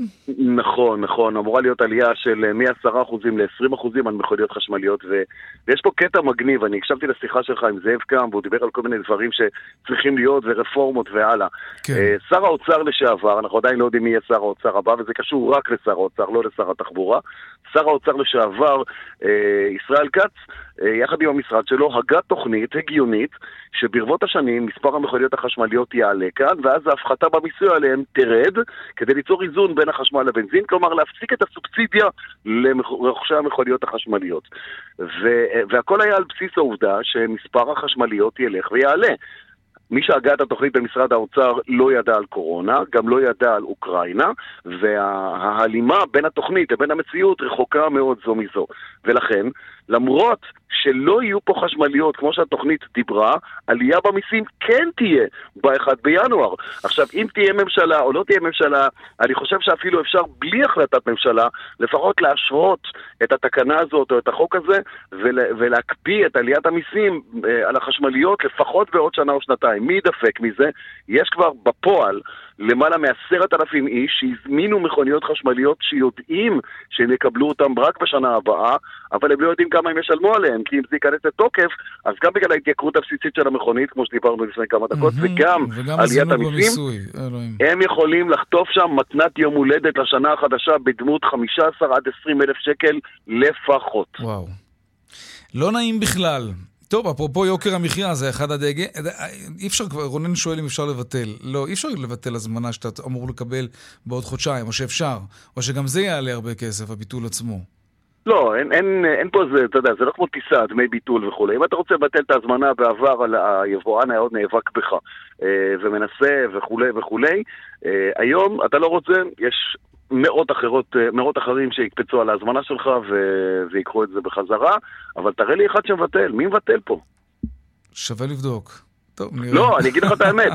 נכון. אמורה להיות עלייה של מ-10% ל-20% על מכוניות חשמליות, ויש פה קטע מגניב. אני הקשבתי לשיחה שלך עם זאב קם, והוא דיבר על כל מיני דברים שצריכים להיות, ורפורמות והלאה. כן. שר האוצר לשעבר, אנחנו עדיין לא יודעים מי יהיה שר האוצר הבא, וזה קשור רק לשר האוצר, לא לשר התחבורה. שר האוצר לשעבר, ישראל כץ, יחד עם המשרד שלו, הגה תוכנית הגיונית, שברבות השנים מספר המכוניות החשמליות יעלה כאן, ואז ההפחתה במיסוי עליהם תרד, כדי ליצור איזון בין החשמל לבנזין, כלומר להפסיק את הסובסידיה לרוכשי המכוניות החשמליות. והכל היה על בסיס העובדה שמספר החשמליות ילך ויעלה. מי שהגה את התוכנית במשרד האוצר לא ידע על קורונה, גם לא ידע על אוקראינה, וההלימה בין התוכנית לבין המציאות רחוקה מאוד זו מזו. ולכן, למרות שלא יהיו פה חשמליות כמו שהתוכנית דיברה, עלייה במיסים כן תהיה ב-1 בינואר. עכשיו, אם תהיה ממשלה או לא תהיה ממשלה, אני חושב שאפילו אפשר בלי החלטת ממשלה, לפחות להשרות את התקנה הזאת או את החוק הזה, ולהקפיא את עליית המיסים על החשמליות לפחות בעוד שנה או שנתיים. מי ידפק מזה? יש כבר בפועל למעלה מ10,000 איש שהזמינו מכוניות חשמליות שיודעים שהם יקבלו אותם רק בשנה הבאה, אבל הם לא יודעים כמה הם ישלמו עליהם, כי אם זה ייכנס לתוקף, אז גם בגלל ההתייקרות הבסיסית של המכונית, כמו שדיברנו לפני כמה דקות, וגם עליית המיסים, הם יכולים לחטוף שם מתנת יום הולדת לשנה החדשה בדמות 15,000 עד 20,000 שקל לפחות. וואו. לא נעים בכלל. טוב, אפרופו יוקר המחיה, זה אחד הדגל. אי אפשר כבר, רונן שואל אם אפשר לבטל. לא, אי אפשר לבטל הזמנה שאתה אמור לקבל בעוד חודשיים, או שאפשר, או שגם זה יעלה הרבה כסף, הביטול עצמו. לא, אין פה זה, אתה יודע, זה לא כמו טיסה, דמי ביטול וכו'. אם אתה רוצה לבטל את ההזמנה בעבר, על היבואן היה עוד נאבק בך, ומנסה וכו'. היום אתה לא רוצה, יש מאות אחרים שיקפצו על ההזמנה שלך ויקחו את זה בחזרה, אבל תראה לי אחד שמבטל, מי מבטל פה? שווה לבדוק. טוב, לא, אני אגיד לך את האמת,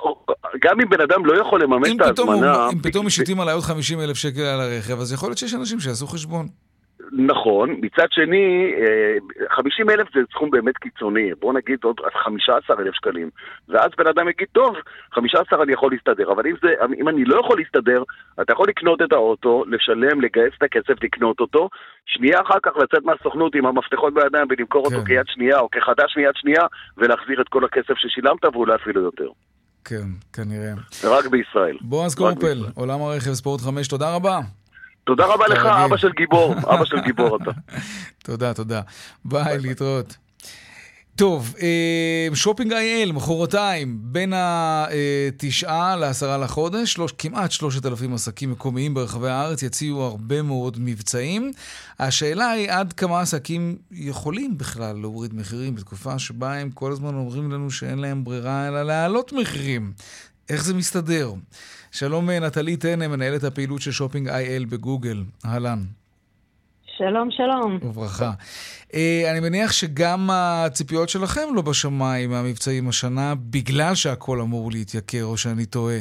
גם אם בן אדם לא יכול לממש את ההזמנה... אם פתאום משיתים עליי עוד 50,000 שקל על הרכב, אז יכול להיות שיש אנשים שיעשו חשבון. נכון, מצד שני, 50,000 זה סכום באמת קיצוני, בוא נגיד עוד 15,000 שקלים, ואז בן אדם יגיד, טוב, 15 אני יכול להסתדר, אבל אם אני לא יכול להסתדר, אתה יכול לקנות את האוטו, לשלם, לגייס את הכסף, לקנות אותו, שנייה אחר כך לצאת מהסוכנות עם המפתחות בידיים ולמכור אותו כיד שנייה או כחדש מיד שנייה, ולהחזיר את כל הכסף ששילמת ואולי אפילו יותר. כן, כנראה. רק בישראל. בועז קורפל, עולם הרכב ספורט 5, תודה רבה. תודה רבה לך, אבא של גיבור אתה. תודה. ביי, להתראות. טוב, שופינג IL, מחרתיים, בין ה-9 ל-10 לחודש, כמעט 3,000 עסקים מקומיים ברחבי הארץ יציעו הרבה מאוד מבצעים. השאלה היא עד כמה עסקים יכולים בכלל להוריד מחירים בתקופה שבה הם כל הזמן אומרים לנו שאין להם ברירה אלא להעלות מחירים. איך זה מסתדר? שלום נטלי טנא, מנהלת הפעילות של שופינג IL בגוגל. אהלן. שלום, שלום. וברכה. אני מניח שגם הציפיות שלכם לא בשמיים מהמבצעים השנה, בגלל שהכל אמור להתייקר, או שאני טועה.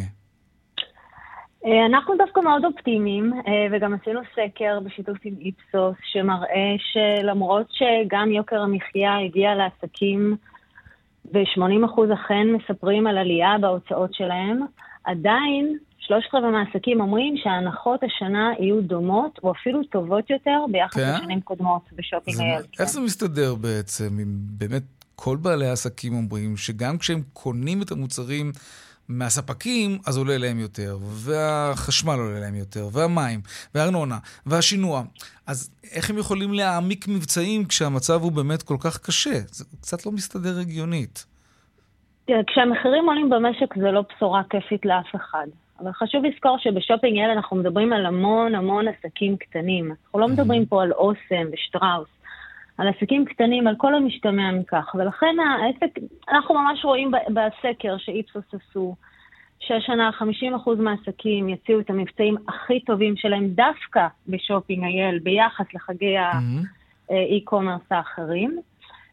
אנחנו דווקא מאוד אופטימיים, וגם עשינו סקר בשיתוף עם איפסוס, שמראה שלמרות שגם יוקר המחיה הגיע לעסקים, ו80% אכן מספרים על עלייה בהוצאות שלהם, עדיין 3/4 מהעסקים אומרים שההנחות השנה יהיו דומות, או אפילו טובות יותר, ביחס לשנים קודמות בשופינג IL. איך זה מסתדר בעצם? אם באמת כל בעלי העסקים אומרים שגם כשהם קונים את המוצרים מהספקים, אז עולה להם יותר, והחשמל עולה להם יותר, והמים, והארנונה, והשינוע. אז איך הם יכולים להעמיק מבצעים כשהמצב הוא באמת כל כך קשה? זה קצת לא מסתדר הגיונית. כשהמחירים עולים במשק זה לא בשורה כיפית לאף אחד. אבל חשוב לזכור שבשופינג IL אנחנו מדברים על המון עסקים קטנים. אנחנו לא מדברים פה על אוסם ושטראוס, על עסקים קטנים, על כל המשתמע מכך. ולכן העסק, אנחנו ממש רואים בסקר שאיפסוס עשו, שהשנה 50% מהעסקים יציעו את המבצעים הכי טובים שלהם דווקא בשופינג IL ביחס לחגי האי-קומרס האחרים.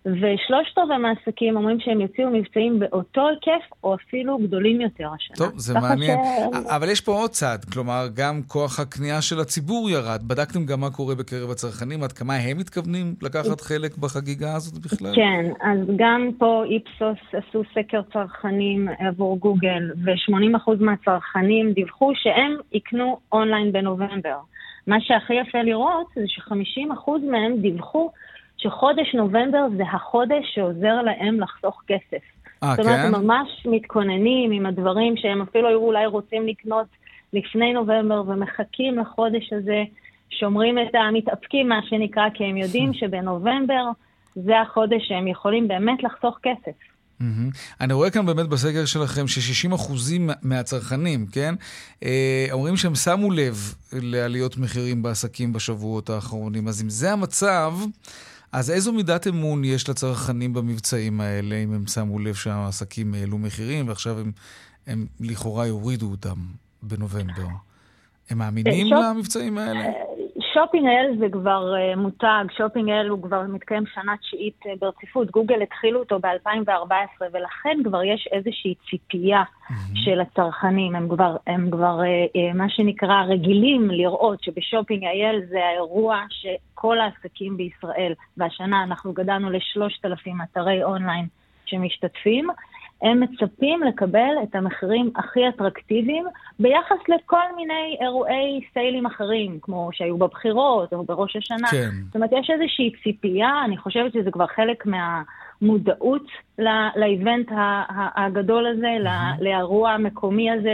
ו3/4 מהעסקים אומרים שהם יוציאו מבצעים באותו היקף, או אפילו גדולים יותר השנה. טוב, זה מעניין. אבל יש פה עוד צד, כלומר, גם כוח הקנייה של הציבור ירד. בדקתם גם מה קורה בקרב הצרכנים, עד כמה הם מתכוונים לקחת חלק בחגיגה הזאת בכלל? כן, אז גם פה איפסוס עשו סקר צרכנים עבור גוגל, ו80% מהצרכנים דיווחו שהם יקנו אונליין בנובמבר. מה שהכי יפה לראות זה ש50% מהם דיווחו שחודש נובמבר זה החודש שעוזר להם לחסוך כסף. זאת אומרת, הם ממש מתכוננים עם הדברים שהם אפילו היו אולי רוצים לקנות לפני נובמבר, ומחכים לחודש הזה, שומרים את המתאפקים, מה שנקרא, כי הם יודעים שבנובמבר זה החודש שהם יכולים באמת לחסוך כסף. אני רואה כאן באמת בסקר שלכם ש60% מהצרכנים, כן, אומרים שהם שמו לב לעליות מחירים בעסקים בשבועות האחרונים. אז אם זה המצב, אז איזו מידת אמון יש לצרכנים במבצעים האלה, אם הם שמו לב שהעסקים העלו מחירים, ועכשיו הם לכאורה יורידו אותם בנובמבר? הם מאמינים למבצעים האלה? שופינג IL זה כבר מותג, שופינג IL הוא כבר מתקיים שנה 9 ברציפות, גוגל התחילו אותו ב-2014, ולכן כבר יש איזושהי ציפייה של הצרכנים, הם כבר מה שנקרא רגילים לראות שבשופינג IL זה האירוע שכל העסקים בישראל, והשנה אנחנו גדלנו ל3,000 אתרי אונליין שמשתתפים, הם מצפים לקבל את המחירים הכי אטרקטיביים ביחס לכל מיני אירועי סיילים אחרים, כמו שהיו בבחירות או בראש השנה. כן. זאת אומרת, יש איזושהי ציפייה, אני חושבת שזה כבר חלק מהמודעות לאיבנט הגדול הזה, לאירוע המקומי הזה,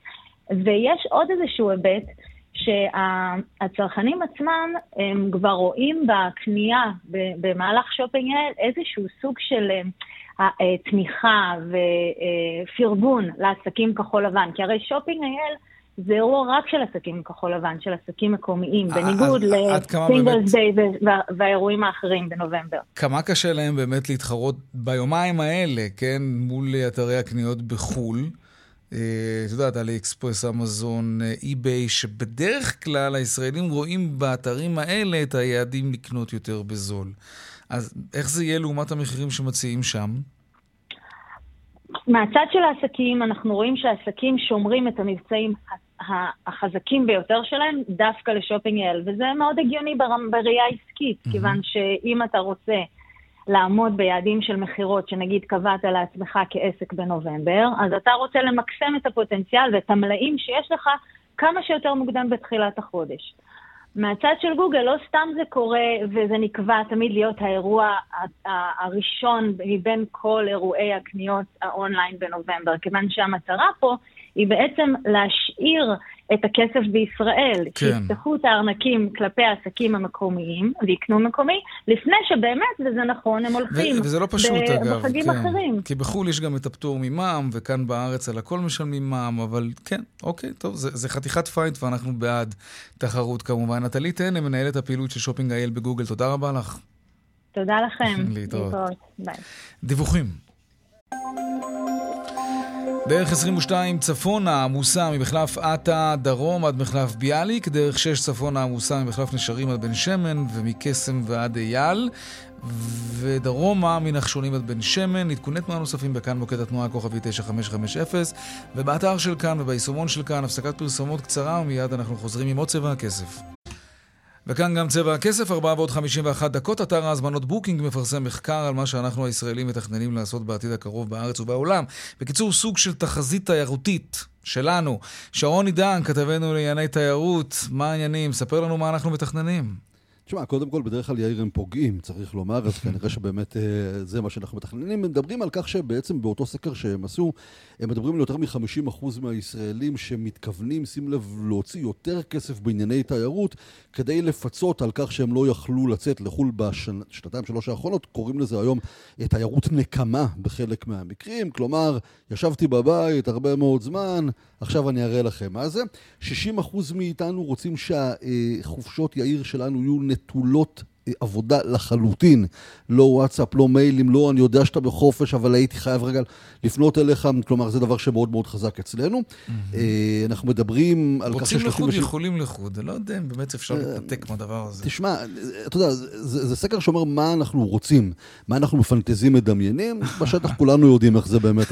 ויש עוד איזשהו היבט, שהצרכנים עצמם הם כבר רואים בקנייה במהלך שופינג IL איזשהו סוג של תמיכה ופרגון לעסקים כחול לבן, כי הרי שופינג IL זה אירוע רק של עסקים כחול לבן, של עסקים מקומיים, בניגוד לסינגלס דיי והאירועים האחרים בנובמבר. כמה קשה להם באמת להתחרות ביומיים האלה, כן, מול אתרי הקניות בחול? את יודעת, על אקספרס, אמזון, eBay, שבדרך כלל הישראלים רואים באתרים האלה את היעדים לקנות יותר בזול. אז איך זה יהיה לעומת המחירים שמציעים שם? מהצד של העסקים, אנחנו רואים שהעסקים שומרים את המבצעים החזקים ביותר שלהם דווקא לשופינג IL, וזה מאוד הגיוני בראייה עסקית, כיוון שאם אתה רוצה לעמוד ביעדים של מחירות שנגיד קבעת לעצמך כעסק בנובמבר, אז אתה רוצה למקסם את הפוטנציאל ואת המלאים שיש לך כמה שיותר מוקדם בתחילת החודש. מהצד של גוגל לא סתם זה קורה וזה נקבע תמיד להיות האירוע הראשון מבין כל אירועי הקניות האונליין בנובמבר, כיוון שהמטרה פה היא בעצם להשאיר את הכסף בישראל, שיפתחו את הארנקים כלפי העסקים המקומיים, ויקנו מקומי, לפני שבאמת, וזה נכון, הם הולכים וזה לא פשוט, אגב, בחגים אחרים. כי בחול יש גם את הפטור ממע"מ, וכאן בארץ על הכל משלמים מע"מ, אבל כן, אוקיי, טוב, זה חתיכת פייט, ואנחנו בעד תחרות כמובן. נטלי תהנה, מנהלת הפעילות של שופינג אייל בגוגל, תודה רבה לך. תודה לכם. להתראות. ביי. דיווחים. דרך 22 צפונה עמוסה ממחלף עטה דרום עד מחלף ביאליק, דרך 6 צפונה עמוסה ממחלף נשרים עד בן שמן ומקסם ועד אייל, ודרומה מנחשונים עד בן שמן. עדכוני תנועה נוספים בכאן מוקד התנועה כוכבי 9550, ובאתר של כאן וביישומון של כאן. הפסקת פרסומות קצרה ומיד אנחנו חוזרים עם עוד צבע הכסף. וכאן גם צבע הכסף, 4:51. אתר ההזמנות בוקינג מפרסם מחקר על מה שאנחנו הישראלים מתכננים לעשות בעתיד הקרוב בארץ ובעולם. בקיצור, סוג של תחזית תיירותית שלנו. שרון עידן, כתבנו לענייני תיירות, מה העניינים? ספר לנו מה אנחנו מתכננים. תשמע, קודם כל, בדרך כלל יאיר הם פוגעים, צריך לומר, אז כנראה שבאמת זה מה שאנחנו מתכננים. הם מדברים על כך שבעצם באותו סקר שהם עשו, הם מדברים על יותר מ-50% מהישראלים שמתכוונים, שים לב, להוציא יותר כסף בענייני תיירות, כדי לפצות על כך שהם לא יכלו לצאת לחול בשנתיים, 3 האחרונות. קוראים לזה היום תיירות נקמה בחלק מהמקרים. כלומר, ישבתי בבית הרבה מאוד זמן, עכשיו אני אראה לכם מה זה. 60% מאיתנו רוצים שהחופשות יאיר שלנו יהיו נטולות עבודה לחלוטין. לא וואטסאפ, לא מיילים, לא אני יודע שאתה בחופש, אבל הייתי חייב רגע לפנות אליך. כלומר, זה דבר שמאוד מאוד חזק אצלנו. אנחנו מדברים על כך רוצים לחוד, יכולים לחוד. לא יודע אם באמת אפשר להתנתק מהדבר הזה. תשמע, אתה יודע, זה סקר שאומר מה אנחנו רוצים, מה אנחנו מפנטזים מדמיינים. בשטח כולנו יודעים איך זה באמת,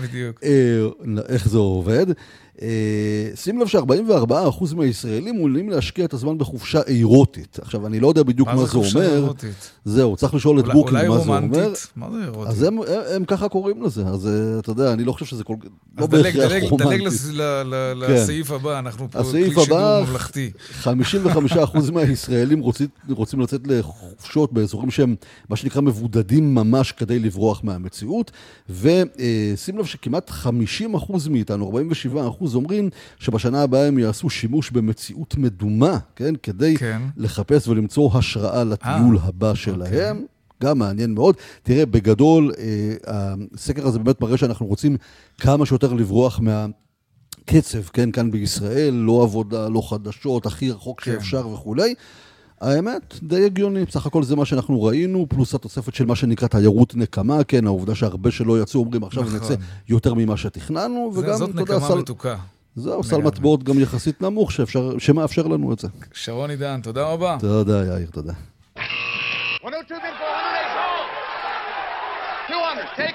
איך זה עובד. שים לב ש44% מהישראלים מעוניינים להשקיע את הזמן בחופשה אירוטית. עכשיו, אני לא יודע בדיוק מה זה אומר. זהו, צריך לשאול את בוקינג מה זה אומר. מה זה אירוטית? אז הם ככה קוראים לזה. אז אתה יודע, אני לא חושב שזה לא בהכרח רומנטית. דלג לסעיף הבא, אנחנו פה כלי שידור ממלכתי. 55% מהישראלים רוצים לצאת לחופשות באזורים שהם, מה שנקרא, מבודדים ממש כדי לברוח מהמציאות. ושים לב שכמעט 50% מאיתנו, 47%, אומרים שבשנה הבאה הם יעשו שימוש במציאות מדומה, כן? כדי לחפש ולמצוא השראה לטיול הבא שלהם. גם מעניין מאוד. תראה, בגדול, הסקר הזה באמת מראה שאנחנו רוצים כמה שיותר לברוח מהקצב, כן? כאן בישראל, לא עבודה, לא חדשות, הכי רחוק שאפשר וכולי. האמת, די הגיוני, בסך הכל זה מה שאנחנו ראינו, פלוס התוספת של מה שנקרא תיירות נקמה, כן, העובדה שהרבה שלא יצאו, אומרים עכשיו נצא יותר ממה שתכננו, וגם, זאת נקמה מתוקה. זהו, סל מטבעות גם יחסית נמוך, שמאפשר לנו את זה. שרון עידן, תודה רבה. תודה, יאיר, תודה. 102 bid for 100, 200, take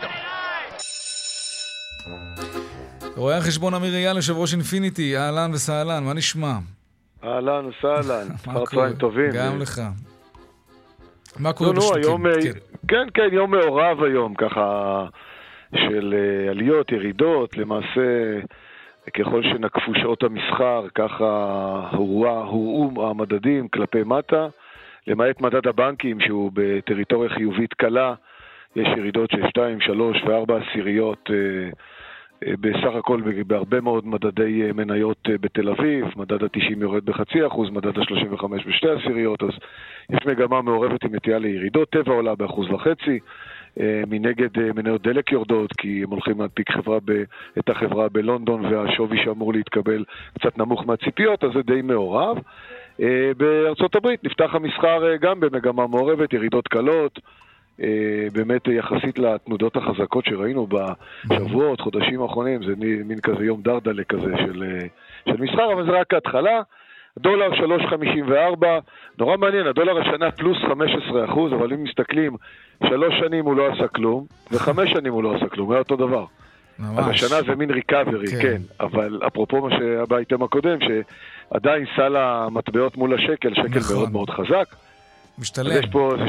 them. רואה החשבון אמיר אייל, יושב ראש אינפיניטי, אהלן וסהלן, מה נשמע? אהלן וסהלן, צהריים טובים. גם לך. מה קורה בשווקים? כן, יום מעורב היום, ככה, של עליות, ירידות, למעשה, ככל שנקפו שעות המסחר, ככה הוראו המדדים כלפי מטה, למעט מדד הבנקים, שהוא בטריטוריה חיובית קלה, יש ירידות של 2, 3 ו4 עשיריות, בסך הכל בהרבה מאוד מדדי מניות בתל אביב, מדד ה-90 יורד ב0.5%, מדד ה-35 ב2 אז יש מגמה מעורבת עם נטייה לירידות, טבע עולה ב1.5%, מנגד מניות דלק יורדות, כי הם הולכים להנפיק את החברה בלונדון, והשווי שאמור להתקבל קצת נמוך מהציפיות, אז זה די מעורב. בארצות הברית נפתח המסחר גם במגמה מעורבת, ירידות קלות, באמת יחסית לתנודות החזקות שראינו בשבועות, חודשים האחרונים, זה מין כזה יום דרדלה כזה של מסחר, אבל זה רק ההתחלה. דולר 3.54, נורא מעניין, הדולר השנה פלוס 15%, אבל אם מסתכלים, 3 שנים הוא לא עשה כלום, ו5 שנים הוא לא עשה כלום, זה אותו דבר. ממש. אז השנה זה מין ריקאברי, כן, אבל אפרופו מה שהיה באיתם הקודם, שעדיין סל המטבעות מול השקל, שקל מאוד מאוד חזק. משתלם. אז יש פה איזשהו...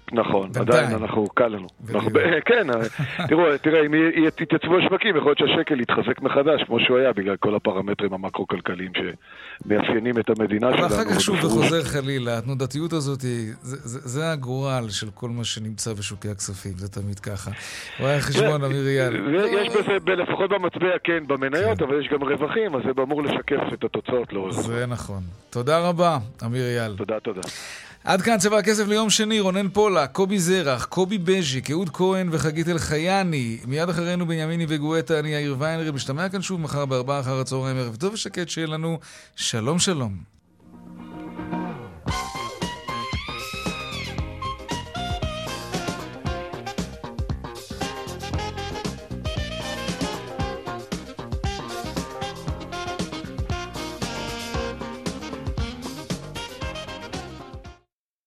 נכון, עדיין אנחנו קל לנו. כן, תראה, אם יתייצבו השווקים, יכול להיות שהשקל יתחזק מחדש, כמו שהוא היה, בגלל כל הפרמטרים המקרו-כלכליים שמאפיינים את המדינה שלנו. ואחר כך שוב וחוזר חלילה, התנודתיות הזאת, זה הגורל של כל מה שנמצא בשוקי הכספים, זה תמיד ככה. רואה חשבון, אמיר אייל. יש בזה, לפחות במצביע כן, במניות, אבל יש גם רווחים, אז זה אמור לשקף את התוצאות לאורך. זה נכון. תודה רבה, אמיר אייל. תודה. עד כאן צבע הכסף ליום שני, רונן פולה, קובי זרח, קובי בז'י, אהוד כהן וחגית אלחייני. מיד אחרינו בנימיני וגואטה, אני יאיר ויינרי, משתמע כאן שוב מחר ב4 אחר הצהריים, ערב טוב ושקט שיהיה לנו. שלום שלום.